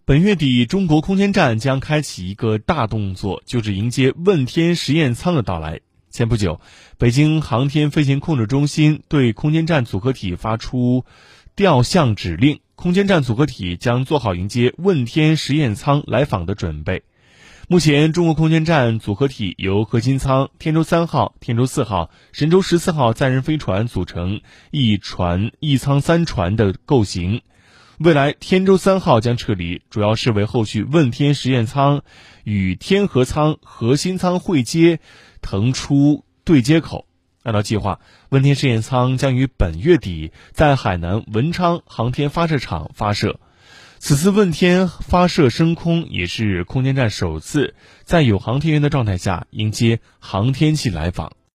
本月底，中国空间站将开启一个大动作，就是迎接问天实验舱的到来。前不久，北京航天飞行控制中心对空间站组合体发出调向指令，空间站组合体将做好迎接问天实验舱来访的准备。目前，中国空间站组合体由核心舱、天舟3号、天舟4号、神舟14号载人飞船组成一舱3船的构型。未来天舟3号将撤离，主要是为后续问天实验舱与天河舱核心舱会接腾出对接口。按照计划，问天实验舱将于本月底在海南文昌航天发射场发射。此次问天发射升空也是空间站首次在有航天员的状态下迎接航天器来访。